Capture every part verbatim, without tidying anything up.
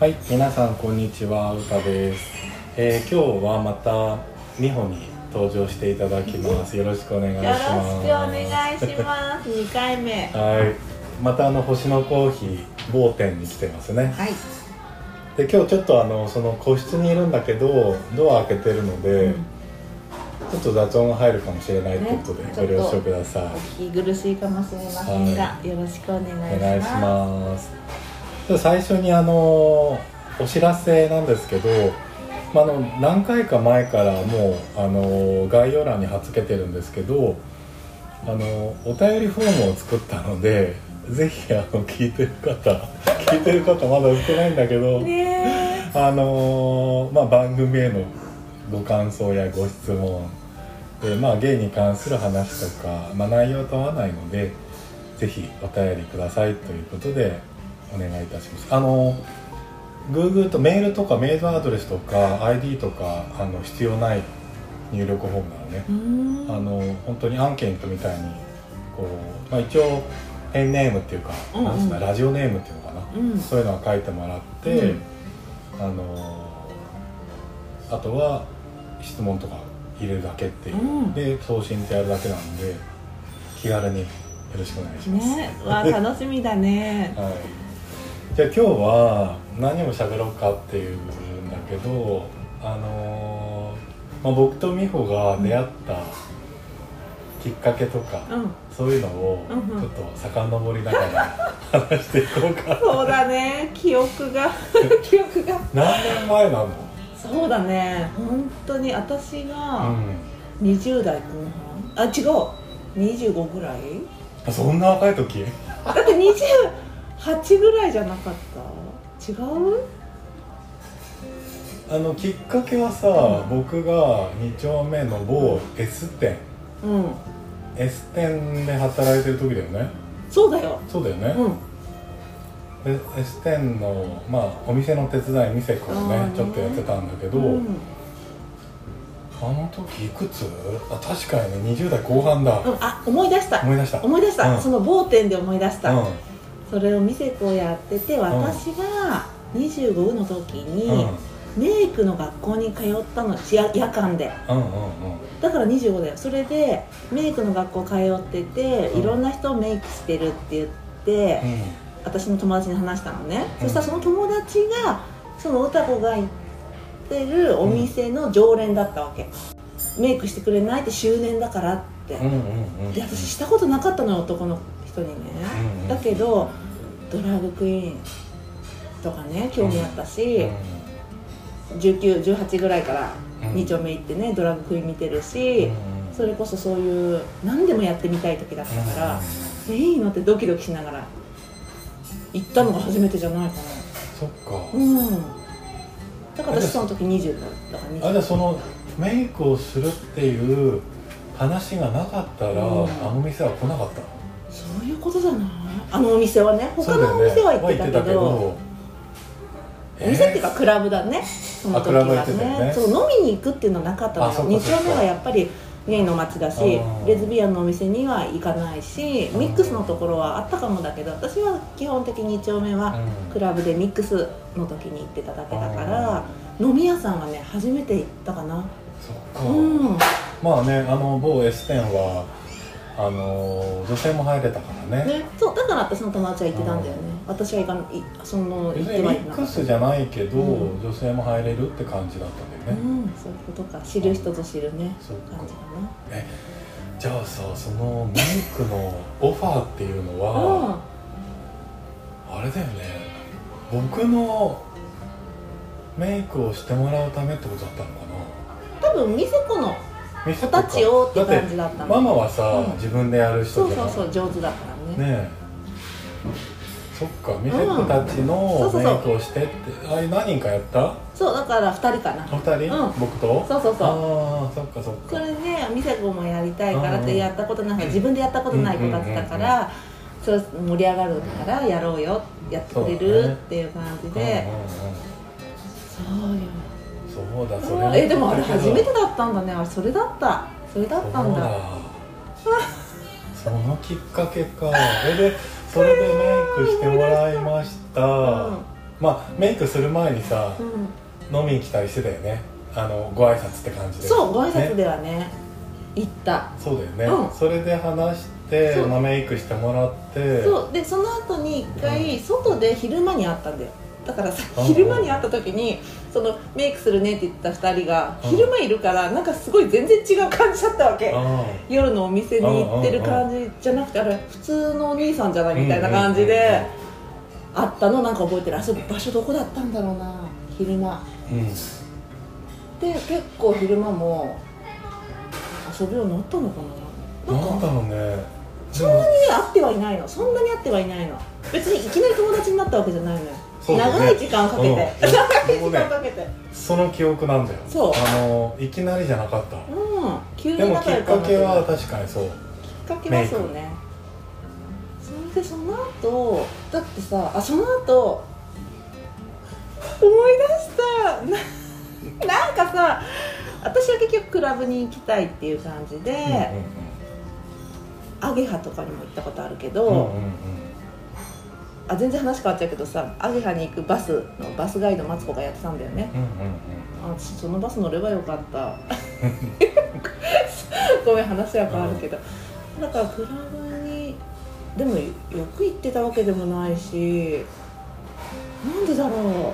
はい、皆さんこんにちは、うたです。えー、今日はまた美穂に登場していただきます。よろしくお願いします。 よろしくお願いします。にかいめ。 はい、またあの星のコーヒー某店に来てますね。 はい。 で今日ちょっとあのその個室にいるんだけどドア開けてるので、うん、ちょっと雑音が入るかもしれないということで、ね、ご了承ください。 お聞き苦しいかもしれませんが、はい、よろしくお願いします。 お願いします。最初にあのお知らせなんですけど、まあ、あの何回か前からもうあの概要欄に貼っ付けてるんですけど、あのお便りフォームを作ったので、ぜひあの聞いてる方聞いてる方まだ売ってないんだけど、ね、あのまあ、番組へのご感想やご質問で、まあ、芸に関する話とか、まあ、内容と合わないのでぜひお便りくださいということでお願いいたします。あの Google とメールとかメールアドレスとか アイディー とかあの必要ない入力フォームなのね。あの本当にアンケートみたいにこう、まあ、一応ペンネームっていうか、うんうん、なんつうかラジオネームっていうのかな、うん、そういうのは書いてもらって、うん、あのあとは質問とか入れるだけっていう、うん、で送信ってやるだけなんで気軽によろしくお願いします。 ね、わ楽しみだね。 はい。じゃあ今日は何を喋ろうかっていうんだけど、あのーまあ、僕と美穂が出会ったきっかけとか、うん、そういうのをちょっと遡りながら話していこうか。 そうだね、記憶が記憶が何年前なの？ そうだね、本当に私がにじゅう代後半、あ違うにじゅうごぐらい。 あ、そんな若い時？ だってにじゅうはちぐらいじゃなかった？違う？ あのきっかけはさ、うん、僕がに丁目の某 S 店、うん、S 店で働いてる時だよね。 そうだよ。 そうだよね。うん、で S 店の、まあ、お店の手伝い店子をねちょっとやってたんだけど、うん、あの時いくつ？あ、確かにねにじゅう代後半だ。 うん、あ、思い出した思い出した思い出した、うん、その某店で思い出した、うん、それを店子をやってて、私がにじゅうごの時に、うん、メイクの学校に通ったの、夜間で、うんうんうん、だからにじゅうごだよ。それでメイクの学校通ってて、いろんな人をメイクしてるって言って、うん、私の友達に話したのね、うん、そしたらその友達がその歌子が行ってるお店の常連だったわけ、うん、メイクしてくれないって周年だからって、うんうんうん、で私したことなかったのよ、男の人にね、うんうん、だけどドラァグクイーンとかね興味あったし、うん、じゅうきゅう、じゅうはちぐらいからに丁目行ってねドラァグクイーン見てるし、うん、それこそそういう何でもやってみたい時だったから、うん、えいいのってドキドキしながら行ったのが初めてじゃないかな。そっか。うん。だから私その時にじゅうだからにじゅう。 あ、じゃあそのメイクをするっていう話がなかったら、うん、あの店は来なかったの？ そういうことじゃない？あのお店はね、他のお店は行ってたけど、ね、お店っていうかクラブだね。その時はね。そう飲みに行くっていうのはなかったのよ。に丁目はやっぱりゲイの街だし、レズビアンのお店には行かないし、ミックスのところはあったかもだけど、私は基本的にに丁目はクラブでミックスの時に行ってただけだから、飲み屋さんはね初めて行ったかな。 そっか、うん、まあね、あの某 S 店はあの女性も入れたからね。ね、 そうだから私の友達は行ってたんだよね、うん、私は行かない、その別にミックスじゃないけど、うん、女性も入れるって感じだったんだよね。 うん、そういうことか、知る人ぞ知るね、そう感じかな。 え、じゃあさ、そのメイクのオファーっていうのは、うん、あれだよね、僕のメイクをしてもらうためってことだったのかな。 多分店子の子たちをって感じだったの。 ママはさ、うん、自分でやる人じゃない。そうそうそう、上手だからね。ねえ、 そっか、店子たちのメイクをしてって、あれ何人かやった？ そう、だからふたりかな。 ふたり、うん、僕と？ そうそうそう。 ああ、そっかそっか。 それで店子もやりたいからってやったことない、自分でやったことない子たちだから、それ盛り上がるからやろうよ、やってくれるっていう感じで。そうよ。 そうだ、それ。 え、でもあれ初めてだったんだね。あれそれだった。それだったんだ。 そのきっかけか。えで、それでメイクしてもらいました。うん、 まあメイクする前にさ、 うん、 飲みに来たりしてたよね、あのご挨拶って感じで。 そう、ご挨拶ではね、ね、行った。 そうだよね、 うん、 それで話して、まあ、メイクしてもらって、 そうで、その後に一回外で昼間に会ったんだよ。だからさ、昼間に会った時にそのメイクするねって言ったふたりが昼間いるから、なんかすごい全然違う感じだったわけ。夜のお店に行ってる感じじゃなくて、あれ普通のお兄さんじゃないみたいな感じで会ったのなんか覚えてる。あそこ場所どこだったんだろうな、昼間、うん、で結構昼間も遊ぶようになったのかな。 なんだろうね、 そんなにね会ってはいないの。そんなに会ってはいないの。別にいきなり友達になったわけじゃないのよ。ね、長い時間かけて、うん、長い時間かけて、 その記憶なんだよ。 そう、 あのいきなりじゃなかった、 うん、急にでもきっかけは確かにそう、きっかけはそうね。それでその後だってさ、あ、その後思い出したな, なんかさ、私は結局クラブに行きたいっていう感じで、うんうんうん、アゲハとかにも行ったことあるけど、うんうんうん、あ、全然話変わっちゃうけどさ、アゲハに行くバスのバスガイドマツコがやってたんだよね、うんうんうん、あ、私そのバス乗ればよかったごめん、話は変わるけど、うん、だからクラブにでもよく行ってたわけでもないし、なんでだろ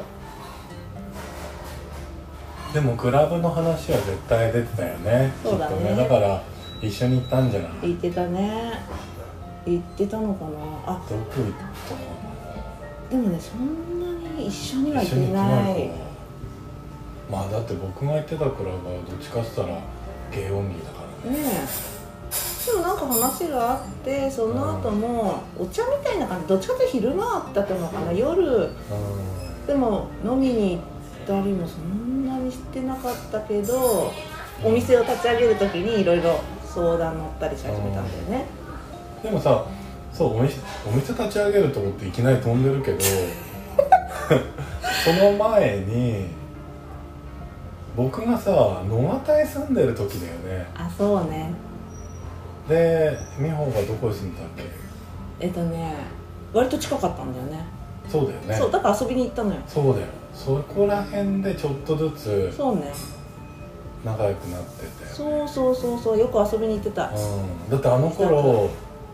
う。でもクラブの話は絶対出てたよね。 そうだね、 きっとね、だから一緒に行ったんじゃない。 行ってたね、行ってたのかな。あ、 どこ行ったの。 でもね、そんなに一緒には行ってない。 まあだって僕が行ってたクラブはどっちかって言ったらゲイオンリーだからね。ねえ、でもなんか話があって、その後もお茶みたいな感じ、どっちかというと昼間あったのかな、夜、うん、でも飲みに行ったりもそんなにしてなかったけど、お店を立ち上げるときにいろいろ相談乗ったりし始めたんだよね。 でもさ、そうお店、お店立ち上げると思っていきなり飛んでるけどその前に僕がさ野方へ住んでる時だよね。 あ、そうね。 で美穂がどこに住んだっけ。 えっとね、割と近かったんだよね。 そうだよね。 そう、だから遊びに行ったのよ。 そうだよ、そこら辺でちょっとずつそうね、 仲良くなってて、 そうそうそうそう、よく遊びに行ってた、うん、 だってあの頃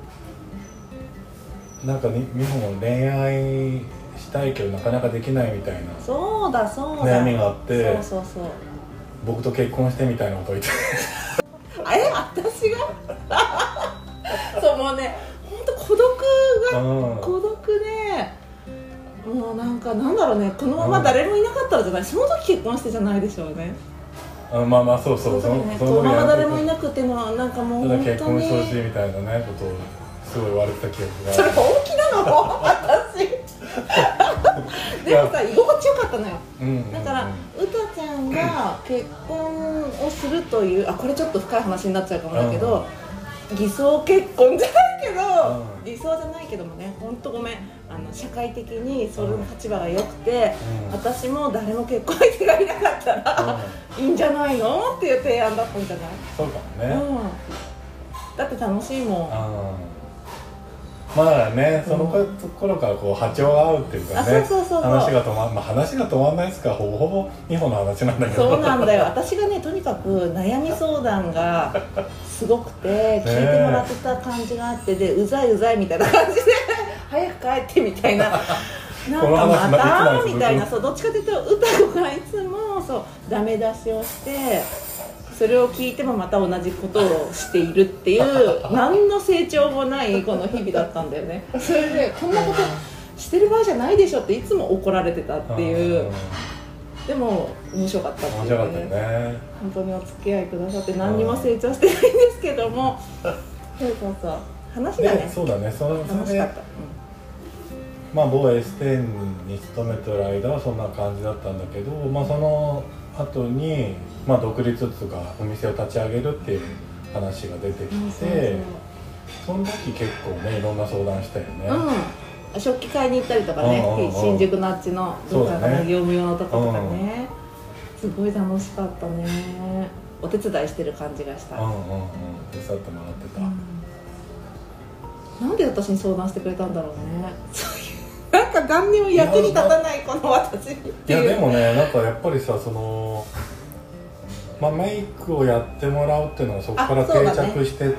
なんか美穂も恋愛したいけどなかなかできないみたいな、 そうだそうだ、 悩みがあって、 そうそうそう、 僕と結婚してみたいなこと言ってえ、私がそうもうね、本当孤独が、うん、孤独で、もうなんかなんだろうね、このまま誰もいなかったらじゃない、その時結婚してじゃないでしょうね。 あ、まあまあそうそう、 その時ね、このまま誰もいなくてのなんかもう本当に結婚してほしいみたいなねことをすごい言われてた記憶が。 それ本気なの私でもさ、居心地よかったのよ、うんうんうん、だからうたちゃんが結婚をするという、あ、これちょっと深い話になっちゃうかもだけど、うん、偽装結婚じゃないけど、うん、偽装じゃないけどもね、ほんとごめん、あの社会的にその立場が良くて、うん、私も誰も結婚相手がいなかったら、うん、いいんじゃないのっていう提案だったんじゃない。 そうかもね、うん、 だって楽しいもん。 まあね、その頃からこう波長が合うっていうかね、そうそうそうそう、話が止まん、まあ、話が止まんないですから、ほぼほぼ美穂の話なんだけど。 そうなんだよ、私がね、とにかく悩み相談がすごくて聞いてもらってた感じがあって、でうざいうざいみたいな感じで早く帰ってみたいななんかまたみたいな、そう、どっちかというと歌子がいつもそうダメ出しをして、それを聞いてもまた同じことをしているっていう何の成長もないこの日々だったんだよね。それでこんなことしてる場合じゃないでしょっていつも怒られてたっていう。でも面白かったっていうね。面白かったよね。本当にお付き合いくださって何にも成長してないんですけども、そうそうそう、話がね、 ね、そうだね、その楽しかった、うん、 まあ某エステーに勤めてる間はそんな感じだったんだけど、まあその後にまあ独立とかお店を立ち上げるっていう話が出てきて、うん、そうそう、その時結構ねいろんな相談したよね、 うん、食器買いに行ったりとかね、うんうんうん、新宿のあっちのどっかの業務用のとことかね、うん、すごい楽しかったね。お手伝いしてる感じがした。うんうんうん、 手伝ってもらってた、 うん、なんで私に相談してくれたんだろうね。そういうなんかか何にも役に立たないこの私っていう。 いやでもね、なんかやっぱりさ、そのまあメイクをやってもらうっていうのがそこから定着してって、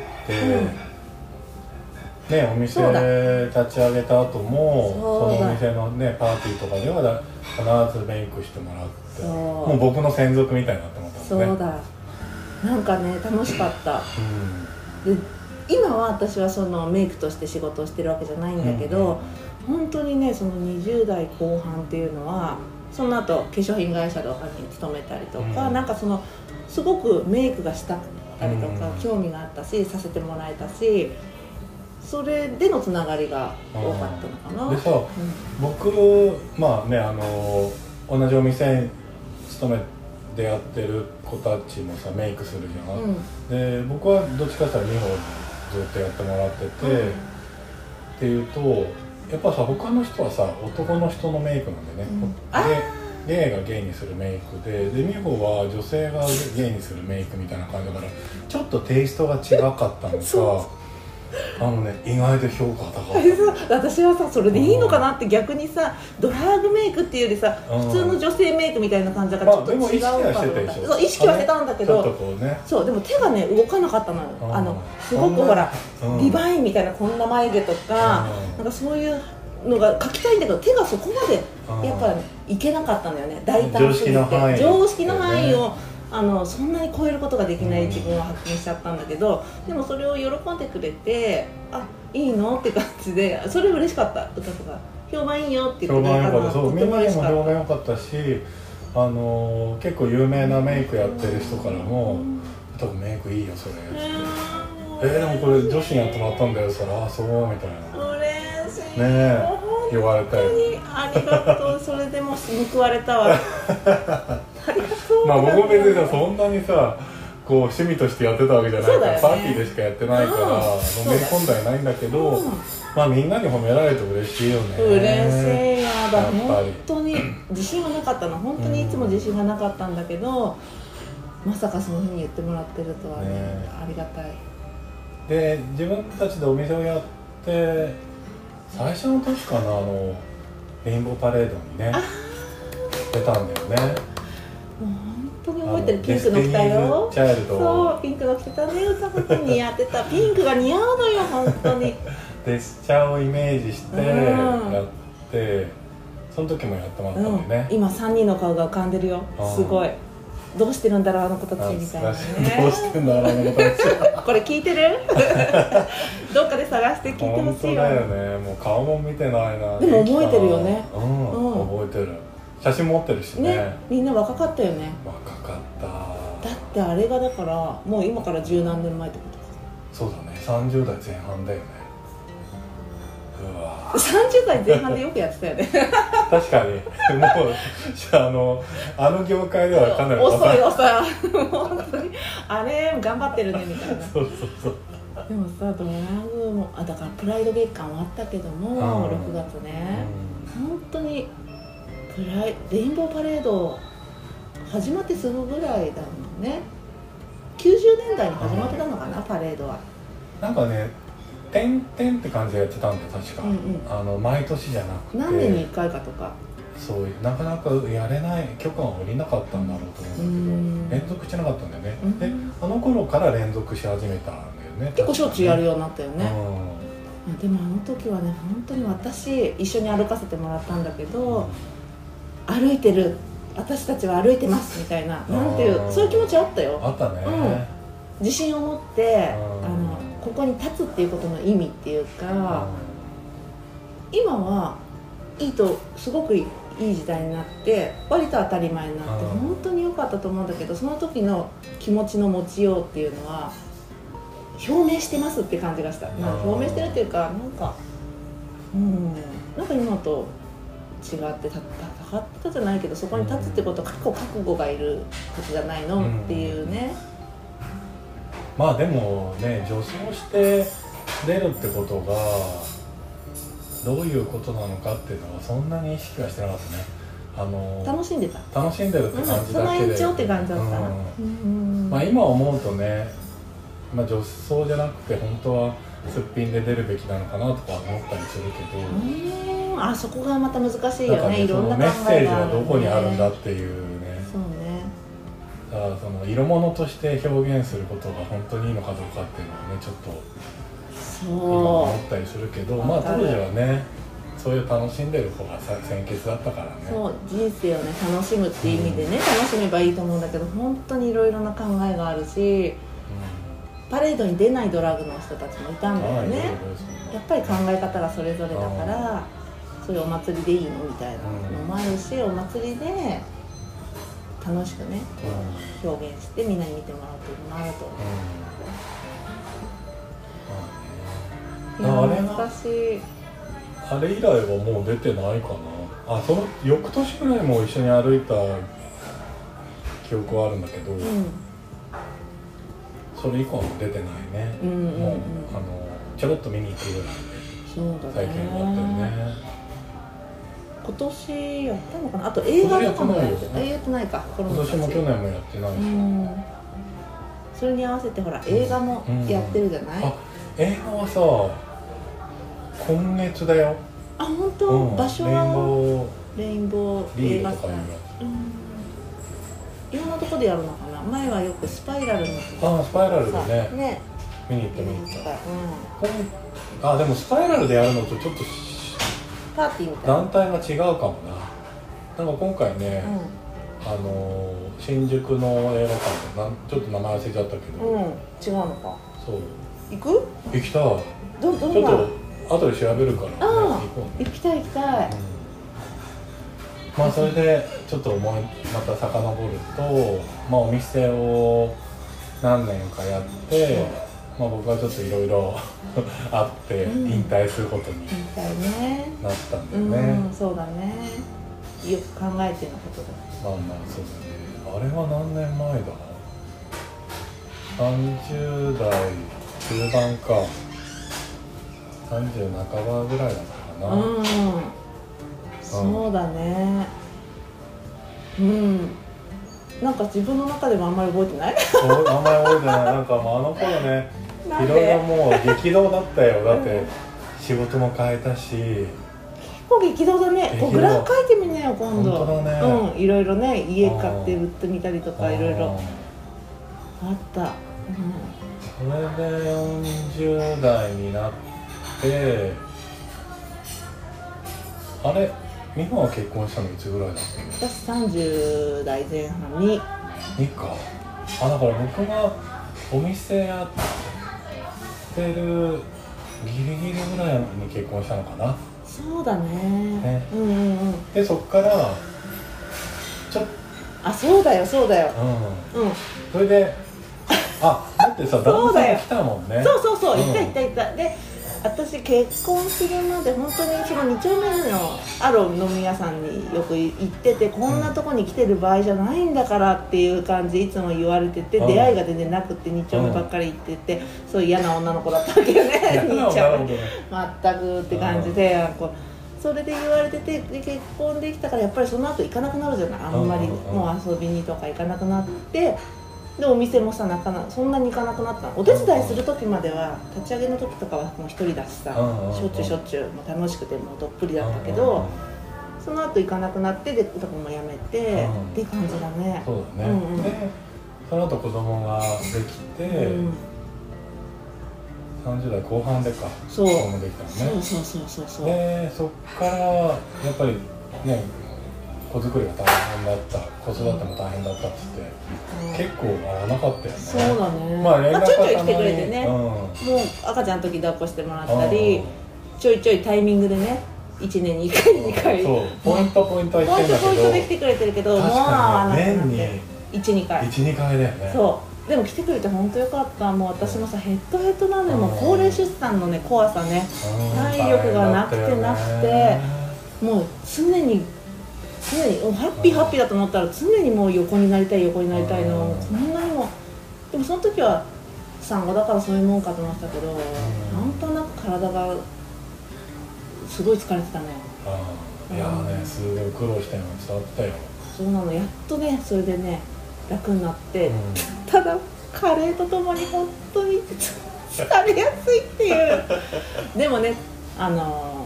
ね、お店立ち上げた後も そ, そのお店のねパーティーとかでは必ずメイクしてもらって、もう僕の専属みたいになってもらったんですね。 そうだ、なんかね楽しかった、うん、で今は私はそのメイクとして仕事をしてるわけじゃないんだけど、うん、本当にねそのにじゅう代後半っていうのはその後化粧品会社とかに勤めたりとか、うん、なんかそのすごくメイクがしたかったりとか、うん、興味があったしさせてもらえたし、それでのつながりが多かったのかな。 でさ、うん、僕まあねあの同じお店に勤めてやってる子たちもさメイクするじゃん、うん、で僕はどっちかっていうとにほんずっとやってもらってて、うん、っていうとやっぱさ他の人はさ男の人のメイクなんでね、うん、でゲイがゲイにするメイクでで美穂は女性がゲイにするメイクみたいな感じだからちょっとテイストが違かったのかあのね、意外と評価が高かった。 私はさそれでいいのかなって逆にさ、ドラッグメイクっていうよりさ普通の女性メイクみたいな感じだからちょっと違うかと思った、まあ、でも意識はしてたでしょ。そう意識はしてたんだけど、ちょっとこうね、そうでも手がね動かなかったのよ。あのすごくほら、うん、リバインみたいなこんな眉毛とか、うん、なんかそういうのが描きたいんだけど手がそこまでやっぱいけなかったんだよね。大胆すぎて常識の範囲をあのそんなに超えることができない自分を発見しちゃったんだけど、でもそれを喜んでくれて、あ、いいのって感じで、それ嬉しかった。歌とか評判いいよって言ってくれたのはとても嬉しかった。みんなにも評判良かったし、あの結構有名なメイクやってる人からも「多分メイクいいよそれ」って「えー、でもこれ女子にやってもらったんだよ」そしたら「あ、そう」みたいな。 嬉しいねえ言われたよ。 本当にありがとう。それでも報われたわ。ありがとう。 まあ僕も別にさそんなにさこう趣味としてやってたわけじゃないから、ね、パーティーでしかやってないからのめり込んではないんだけど、うん、まあみんなに褒められると嬉しいよね。 嬉しいやだ。本当に自信はなかったの。本当にいつも自信がなかったんだけど、うん、まさかそのふうに言ってもらってるとはね、ね、ありがたい。 で自分たちでお店をやって最初の時かな、あのレインボーパレードにね出たんだよね。 もう本当に覚えてる。ピンクの着たよ。そうピンクの着てたね。歌本当に似合ってた。ピンクが似合うのよ本当に。 デスチャをイメージしてやって、うん、その時もやってもらったんだよね、 うん、今さんにんの顔が浮かんでるよ。すごい。どうしてるんだろうあの子たちみたいなね。 どうしてんだろうあの子たち。 これ聞いてる？どっかで探して聞いてほしいよ。 本当だよね。もう顔も見てないな。 でも覚えてるよね。 うん、うん、覚えてる。写真持ってるしね。 ね、みんな若かったよね。 若かった。 だってあれがだからもう今から十何年前ってことか。 そうだね。さんじゅう代前半だよね。うわ。 さんじゅう代前半でよくやってたよね。 確かに。もうあのあの業界ではかなり遅い遅い。本当にあれ頑張ってるねみたいな。 そうそうそう。 でもさドラッグもあだからプライド月間終わったけども、うん、ろくがつね、うん、本当にプライレインボーパレード始まってすぐぐらいだもんね。きゅうじゅうねんだいに始まってたのかな、うん、パレードは。 なんかね点々って感じでやってたんで確か、うんうん、あの毎年じゃなくて何年にいっかいかとかそうなかなかやれない許可が下りなかったんだろうと思うんだけど連続してなかったんだよね、うん、であの頃から連続し始めたんだよね。 結構しょっちゅうやるようになったよね、うん、でもあの時はね本当に私一緒に歩かせてもらったんだけど、うん、歩いてる私たちは歩いてますみたいななんていうそういう気持ちあったよ。 あったね、 うん、自信を持ってあのここに立つっていうことの意味っていうか今はいいとすごくいい時代になって割と当たり前になって本当に良かったと思うんだけどその時の気持ちの持ちようっていうのは表明してますって感じがした。なんか表明してるっていうかなんかうんなんか今と違って戦ってたじゃないけどそこに立つってことは結構覚悟がいることじゃないのっていうね。 まあでもね女装して出るってことがどういうことなのかっていうのはそんなに意識はしてなかったね。あの楽しんでた楽しんでるって感じだけで、うん、 その延長って感じだったな、 うん、まあ今思うとね、まあ、女装じゃなくて本当はすっぴんで出るべきなのかなとか思ったりするけど、 うんん、あそこがまた難しいよね。 なんかね、 いろんな考そのメッセージはえがあるね。 どこにあるんだっていうね。 そうね。 だからその色物として表現することが本当にいいのかどうかっていうのはね、ちょっと今思ったりするけど、まあ当時はね、そういう楽しんでる方が先決だったからね。 そう、人生をね楽しむっていう意味でね、うん、楽しめばいいと思うんだけど、本当にいろいろな考えがあるし、うん、パレードに出ないドラッグの人たちもいたんだよね。やっぱり考え方がそれぞれだから、そういうお祭りでいいのみたいなのもあるし、お祭りで楽しくね、うん、表現してみんなに見てもらうっていうのもあると思う、うん、いや難しい。 あれ以来はもう出てないかな。あ、その翌年ぐらいも一緒に歩いた記憶はあるんだけど、うん、それ以降も出てないね、うんうんうん、もうあのちょろっと見に行くぐらいで、そうだね、最近終わってるね。今年やったのかな。あと映画とかもやってない、やってないか。 今年も去年もやってないし、うん、 それに合わせてほら映画もやってるじゃない、うんうん、あ、 映画はさ今月だよ。 あ、本当、うん、場所はレインボーレインボー映画祭、うん、いろんなとこでやるのかな。前はよくスパイラルのあスパイラルで ね, ね見に行った見に行った、うん、あでもスパイラルでやるのとちょっとパーティーみたいな団体が違うかもな。なんか今回ね、うん、あの新宿の映画館でなんちょっと名前忘れちゃったけど、 うん、違うのか。 そう行く行きたい。 どどんなちょっと後で調べるから、ね、 あ行こうね。行きたい行きたい、うん、 まあそれでちょっと思いまた遡ると、まあお店を何年かやって、まあ僕はちょっといろいろあって引退することになったんだよね、 うんうん、そうだね。よく考えてのことだ。 まあまあそうだね。あれは何年前だ。さんじゅうだい中盤かさんじゅう半ばぐらいだったかな、うん、 そうだね。うん、なんか自分の中でもあんまり覚えてないあんまり覚えてない。なんかもうあの頃ねいろいろもう激動だったよ。だって仕事も変えたし、結構激動だね。こうグラフ書いてみなよ今度。 本当だね、 うん、いろいろね、家買って売ってみたりとかいろいろあった、うん、 それでよんじゅうだいになってで、あれ、美穂は結婚したのいつぐらいだっけ？ 私さんじゅうだいぜん半ににか。あ、だから僕がお店やってるギリギリぐらいに結婚したのかな。 そうだ ね, ね、 うんうんうん。 で、そっからちょっとあ、そうだよそうだよ、 うん、うん、それであ、だってさ、旦那さんが来たもんね。 そうそうそう、うん、行った行った行ったで、私結婚するまで本当にそのに丁目のある飲み屋さんによく行ってて、こんなとこに来てる場合じゃないんだからっていう感じいつも言われてて、うん、出会いが全然なくてに丁目ばっかり行ってて、うん、そういう嫌な女の子だったわけよねに丁目全くって感じで、うん、こうそれで言われてて、で結婚できたからやっぱりその後行かなくなるじゃない、あんまりもう遊びにとか行かなくなって、でお店もさ、なかなかそんなに行かなくなったの。お手伝いする時までは、立ち上げの時とかはもう一人だしさ、しょっちゅうしょっちゅうもう楽しくてもうどっぷりだったけど、その後行かなくなって、で歌子も辞めてっていう感じだね。 そうだね、うんうん、でその後子供ができて、うん、さんじゅうだいこう半でか、 そう子供できたのね。 そうそうそうそう。 でそっからやっぱりね、子作りが大変だった、子育ても大変だったって言って、うん、結構合わなかったよね。 そうだね、 まあ、連絡まあ、ちょいちょい来てくれてね、うん、もう赤ちゃんの時抱っこしてもらったり、うん、ちょいちょいタイミングでね、いちねんにいかいにかい、 そうポイントポイントは言ってんだけど、 ポイントポイントで来てくれてるけど、 確かに年にいちにかいいちにかいだよね。 そうでも来てくれて本当よかった。もう私もさ、ヘッドヘッドなのよ、もう高齢出産のね怖さね、体力がなくてなくて、もう常に常にハッピーハッピーだと思ったら常にもう横になりたい横になりたいの、こんなにも。でもその時は産後だからそういうもんかと思ってたけど、なんとなく体がすごい疲れてたね。 あいやーね、すごい苦労したの伝わったよ。 そうなの、やっとねそれでね楽になって、うん、ただ加齢とともに本当に疲れやすいっていうでもね、あの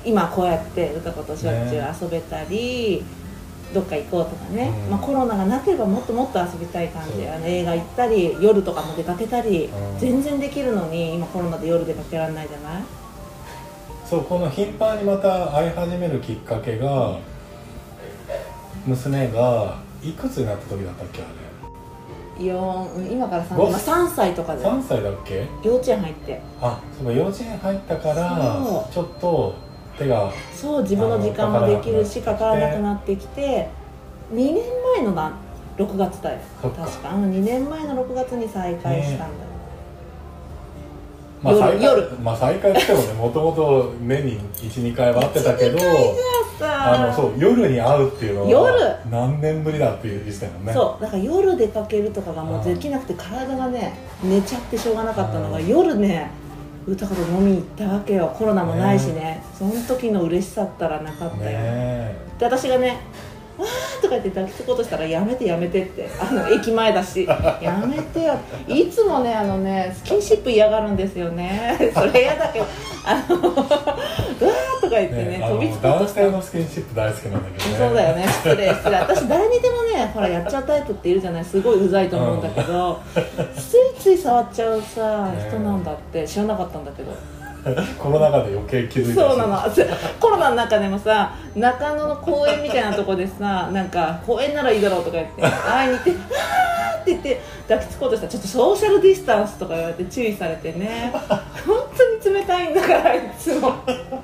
今こうやって歌子としょっちゅう遊べたり、ね、どっか行こうとかね、うん、まあ、コロナがなければもっともっと遊びたい感じで、あの映画行ったり夜とかも出かけたり、うん、全然できるのに今コロナで夜出かけられないじゃない。 そう、この頻繁にまた会い始めるきっかけが、うん、娘がいくつになった時だったっけ、あれよん今からさん、まあ、さんさいとかでさんさいだっけ、 幼稚園入って、 あ、そうか、幼稚園入ったからちょっと手が、 そう、自分の時間もできるしかからなくなってきて、にねんまえのなろくがつだよ、確か、うん、にねんまえのろくがつに再会したんだよ、ね、 まあ、夜, 夜まあ再会してもね、もともと年にいち、にかいは会ってたけどあのそう夜に会うっていうのは夜何年ぶりだって言ってたよね。 そうだから夜出かけるとかがもうできなくて、体がね寝ちゃってしょうがなかったのが、夜ね歌子と飲みに行ったわけよ。コロナもないし ね, ねその時の嬉しさったらなかったよ、ね、で私がねわーとか言って抱きつこうとしたらやめてやめてって、あの駅前だしやめてよ、いつもねあのねスキンシップ嫌がるんですよねそれ嫌だけどあのうわーとか言ってね、 ね、 飛びつこうとした男性のスキンシップ大好きなんだけどね。 そうだよね、失礼失礼私誰にでもねほらやっちゃうタイプっているじゃない、すごいうざいと思うんだけど、うん、ついつい触っちゃうさ、ね、人なんだって知らなかったんだけどコロナ禍で余計気づいたし。 そうなのコロナの中でもさ、中野の公園みたいなとこでさ、なんか公園ならいいだろうとか言って会いに行ってあーって言って抱きつこうとしたら、ちょっとソーシャルディスタンスとか言われて注意されてね本当に冷たいんだからいつも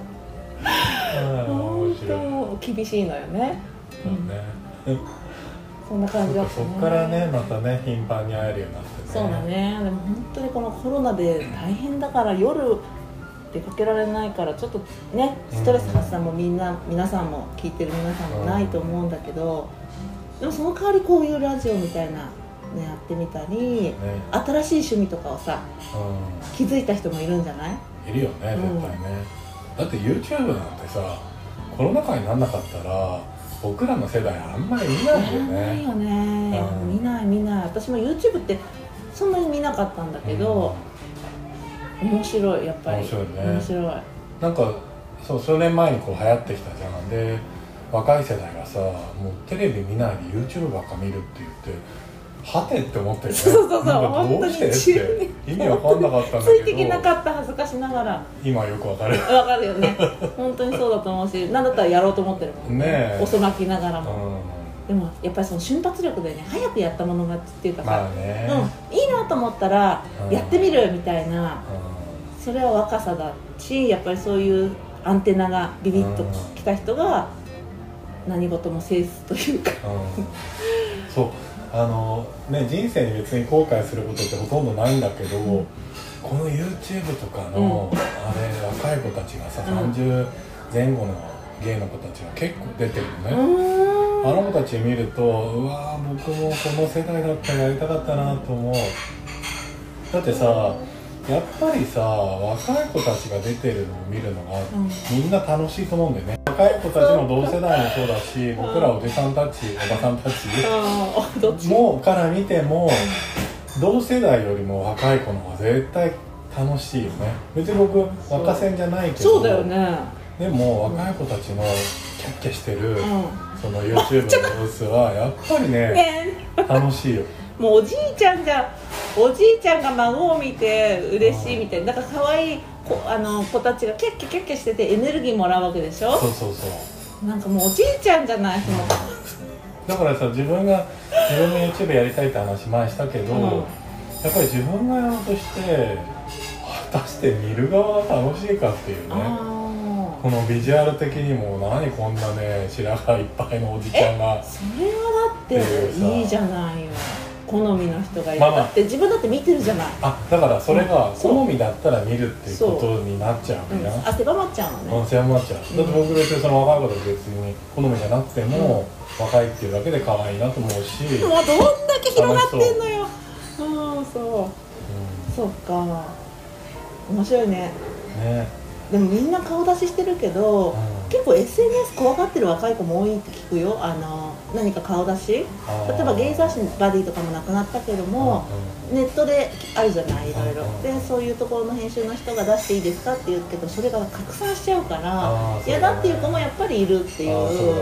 本当厳しいのよね、うん、そんな感じだったね。 そっからねまたね頻繁に会えるようになってね。 そうだね。でも本当にこのコロナで大変だから、夜出かけられないからちょっとねストレス発散もみんな、皆さんも聞いてる皆さんもないと思うんだけど、でもその代わりこういうラジオみたいな、ね、やってみたり、ね、新しい趣味とかをさ、うん、気づいた人もいるんじゃない？ いるよね、絶対ね、うん、だって YouTube なんてさコロナ禍にならなかったら僕らの世代あんまり見ないよね。見ないよね、うん、見ない見ない。私も YouTube ってそんなに見なかったんだけど、うん、面白い、やっぱり面白いね。面白い。なんかそう数年前にこう流行ってきたじゃん。で若い世代がさもうテレビ見ないで YouTube ばっか見るって言ってはてって思ったよね。 そうそうそう、 どうしてって意味わかんなかったんだけどついていけなかった、恥ずかしながら。 今よくわかるわかるよね本当にそうだと思うし、なんだったらやろうと思ってるもんね、ね遅まきながらも、うん、でもやっぱりその瞬発力でね早くやったもの勝ちっていうかさ、まあね、うん、いいなと思ったらやってみるみたいな、うん、それは若さだし、やっぱりそういうアンテナがビビッときた人が何事も制すというか、うん、 そうあのね、人生に別に後悔することってほとんどないんだけど、うん、この YouTube とかの、うん、あれ若い子たちがさ、うん、さんじゅうぜん後のゲイの子たちが結構出てるのね。あの子たち見るとうわー僕もこの世代だったらやりたかったなと思う。だってさやっぱりさ若い子たちが出てるのを見るのが、うん、みんな楽しいと思うんだよね。若い子たちの同世代もそうだし、僕らおじさんたちおばさんたちもから見ても同世代よりも若い子の方が絶対楽しいよね。別に僕若線じゃないけど、 そうだよね。 でも若い子たちのキャッキャしてる、うん、その YouTube の様子はやっぱりね楽しいよ。 もうおじいちゃんじゃおじいちゃんが孫を見て嬉しいみたいな、だから可愛い子、あの子たちがキャッキャキャッキャしててエネルギーもらうわけでしょ。 そうそうそう。 なんかもうおじいちゃんじゃない、そのだからさ自分が自分の YouTube やりたいって話前したけど、うん、やっぱり自分がやろうとして果たして見る側が楽しいかっていうね。このビジュアル的にも何こんなね白髪いっぱいのおじちゃんが。 それはだっていいじゃないよ。好みの人がいる、まあまあ、だって自分だって見てるじゃない。 あ、だからそれが好みだったら見るっていうことになっちゃうわけや、 うん、あ、狭まっちゃうのね。 うん、狭まっちゃう、うん、だって僕別にその若い子たち別に好みじゃなくても、うん、若いっていうだけで可愛いなと思うし、 もうどんだけ広がってんのよ。うん、そう、うん、そっか面白いね。ね、でもみんな顔出ししてるけど、うん、結構 エスエヌエス 怖がってる若い子も多いって聞くよ。あの何か顔出し、例えばゲイ雑誌バディとかもなくなったけども、ネットであるじゃない、いろいろで、そういうところの編集の人が出していいですかって言うけど、それが拡散しちゃうから嫌だっていう子もやっぱりいるっていう、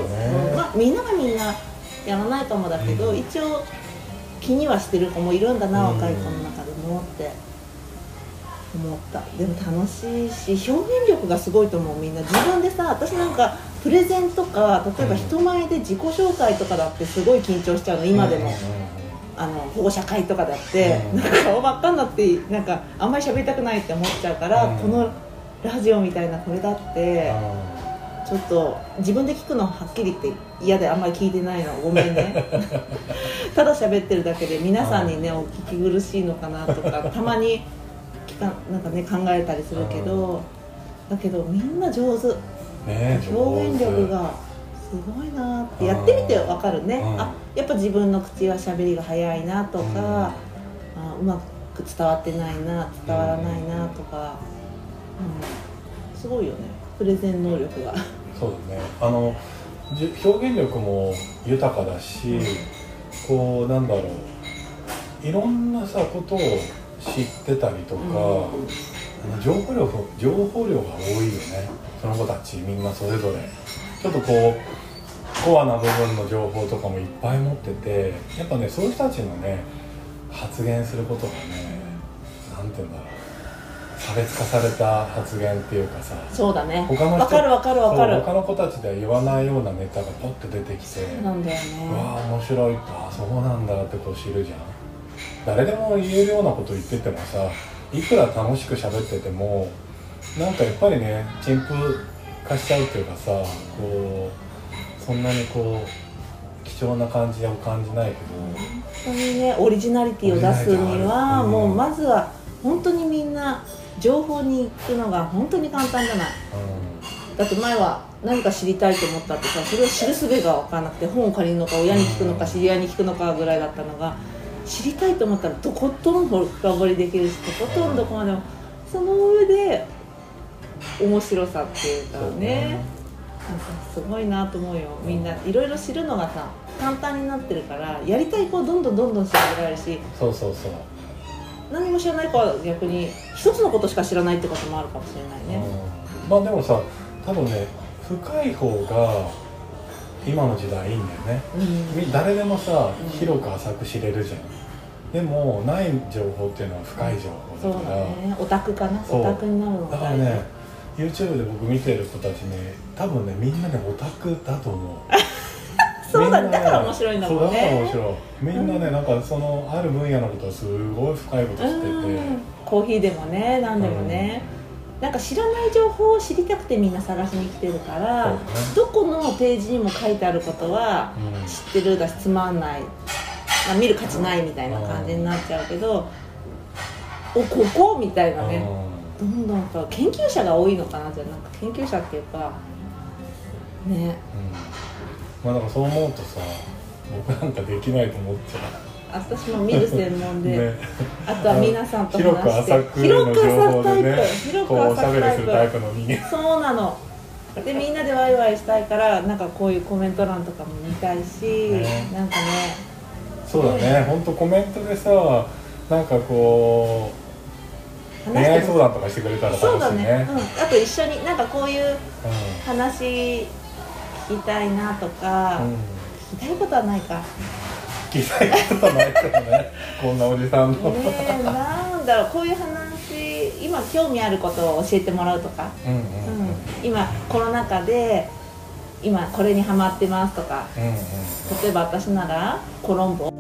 うん、まあみんながみんなやらないかもだけど、うん、一応気にはしてる子もいるんだな、うん、若い子の中でもって思った。でも楽しいし、表現力がすごいと思う。みんな自分でさ、私なんかプレゼンとか、例えば人前で自己紹介とかだってすごい緊張しちゃうの、今でも。あの保護者会とかだって、なんか顔ばっかになって、なんかあんまり喋りたくないって思っちゃうから、このラジオみたいなこれだってちょっと自分で聞くのはっきり言って嫌であんまり聞いてないの、ごめんねただ喋ってるだけで皆さんにねお聞き苦しいのかなとかたまに聞かなんかね考えたりするけど、だけどみんな上手、ね、表現力がすごいなってやってみて分かるね。あ、やっぱ自分の口は喋りが早いなとか、あうまく伝わってないな、伝わらないなとか、うん、すごいよね、プレゼン能力が。 そうだね、あの表現力も豊かだし、こうなんだろう、いろんなさことを知ってたりとか、うん、情報量情報量が多いよね、その子たちみんなそれぞれ。ちょっとこうコアな部分の情報とかもいっぱい持ってて、やっぱねそういう人たちのね発言することがね、なんていうんだろう、差別化された発言っていうかさ、 そうだね、 他の人、 分かる分かる分かる、 他の子たちでは言わないようなネタがポッと出てきて、 そうなんだよね、 うわー面白い、あそうなんだってこう知るじゃん。誰でも言えるようなこと言っててもさ、いくら楽しく喋っててもなんかやっぱりね陳腐化しちゃうっていうかさ、こうそんなにこう貴重な感じを感じないけど、 本当にねオリジナリティを出すには、うん、もうまずは本当にみんな情報に行くのが本当に簡単じゃない、うん、だって前は何か知りたいと思ったってさ、それを知る術が分からなくて本を借りるのか親に聞くのか知り合いに聞くのかぐらいだったのが、知りたいと思ったらとことん深掘りできるし、とことんどこまでも、その上で面白さっていうかね、なんかすごいなと思うよ。みんないろいろ知るのがさ簡単になってるから、やりたい子どんどんどんどん調べられるし、 そうそうそう、 何も知らない子は逆に一つのことしか知らないってこともあるかもしれないね、 うん、まあでもさ多分ね深い方が今の時代いいんだよね、うん、誰でもさ広く浅く知れるじゃん。でもない情報っていうのは深い情報だから、 そうだね、オタクかな、オタクになるのがだからね YouTube で僕見てる子たちね、多分ねみんなねオタクだと思うそうだね、だから面白いんだもんね。 そうだから面白い、みんなね、うん、なんかそのある分野のことはすごい深いこと知ってて、 コーヒーでもね何でもね、うん、なんか知らない情報を知りたくてみんな探しに来てるから、ね、どこのページにも書いてあることは知ってるだし、つまんない、まあ、見る価値ないみたいな感じになっちゃうけど、おここみたいなね、どんどんと研究者が多いのかな、じゃなんか研究者っていうかね、 うん、まあだからそう思うとさ、僕なんかできないと思っちゃう。 私も見る専門で、ね、あとは皆さんと話して広く浅くの情報でね、広く浅くタイプ、こうおしゃべりするタイプの人間。 そうなの。でみんなでワイワイしたいから、なんかこういうコメント欄とかも見たいし、ね、なんかね。 そうだね、本当コメントでさ、なんかこう恋愛相談とかしてくれたら楽しいね。そうだね、うん、あと一緒になんかこういう話聞きたいなとか、うん、聞きたいことはないか。 聞きたいことはないけどねこんなおじさんの、 ね、なんだろう、こういう話、今興味あることを教えてもらうとか、うんうんうんうん、今コロナ禍で今これにハマってますとか、うんうん、例えば私ならコロンボ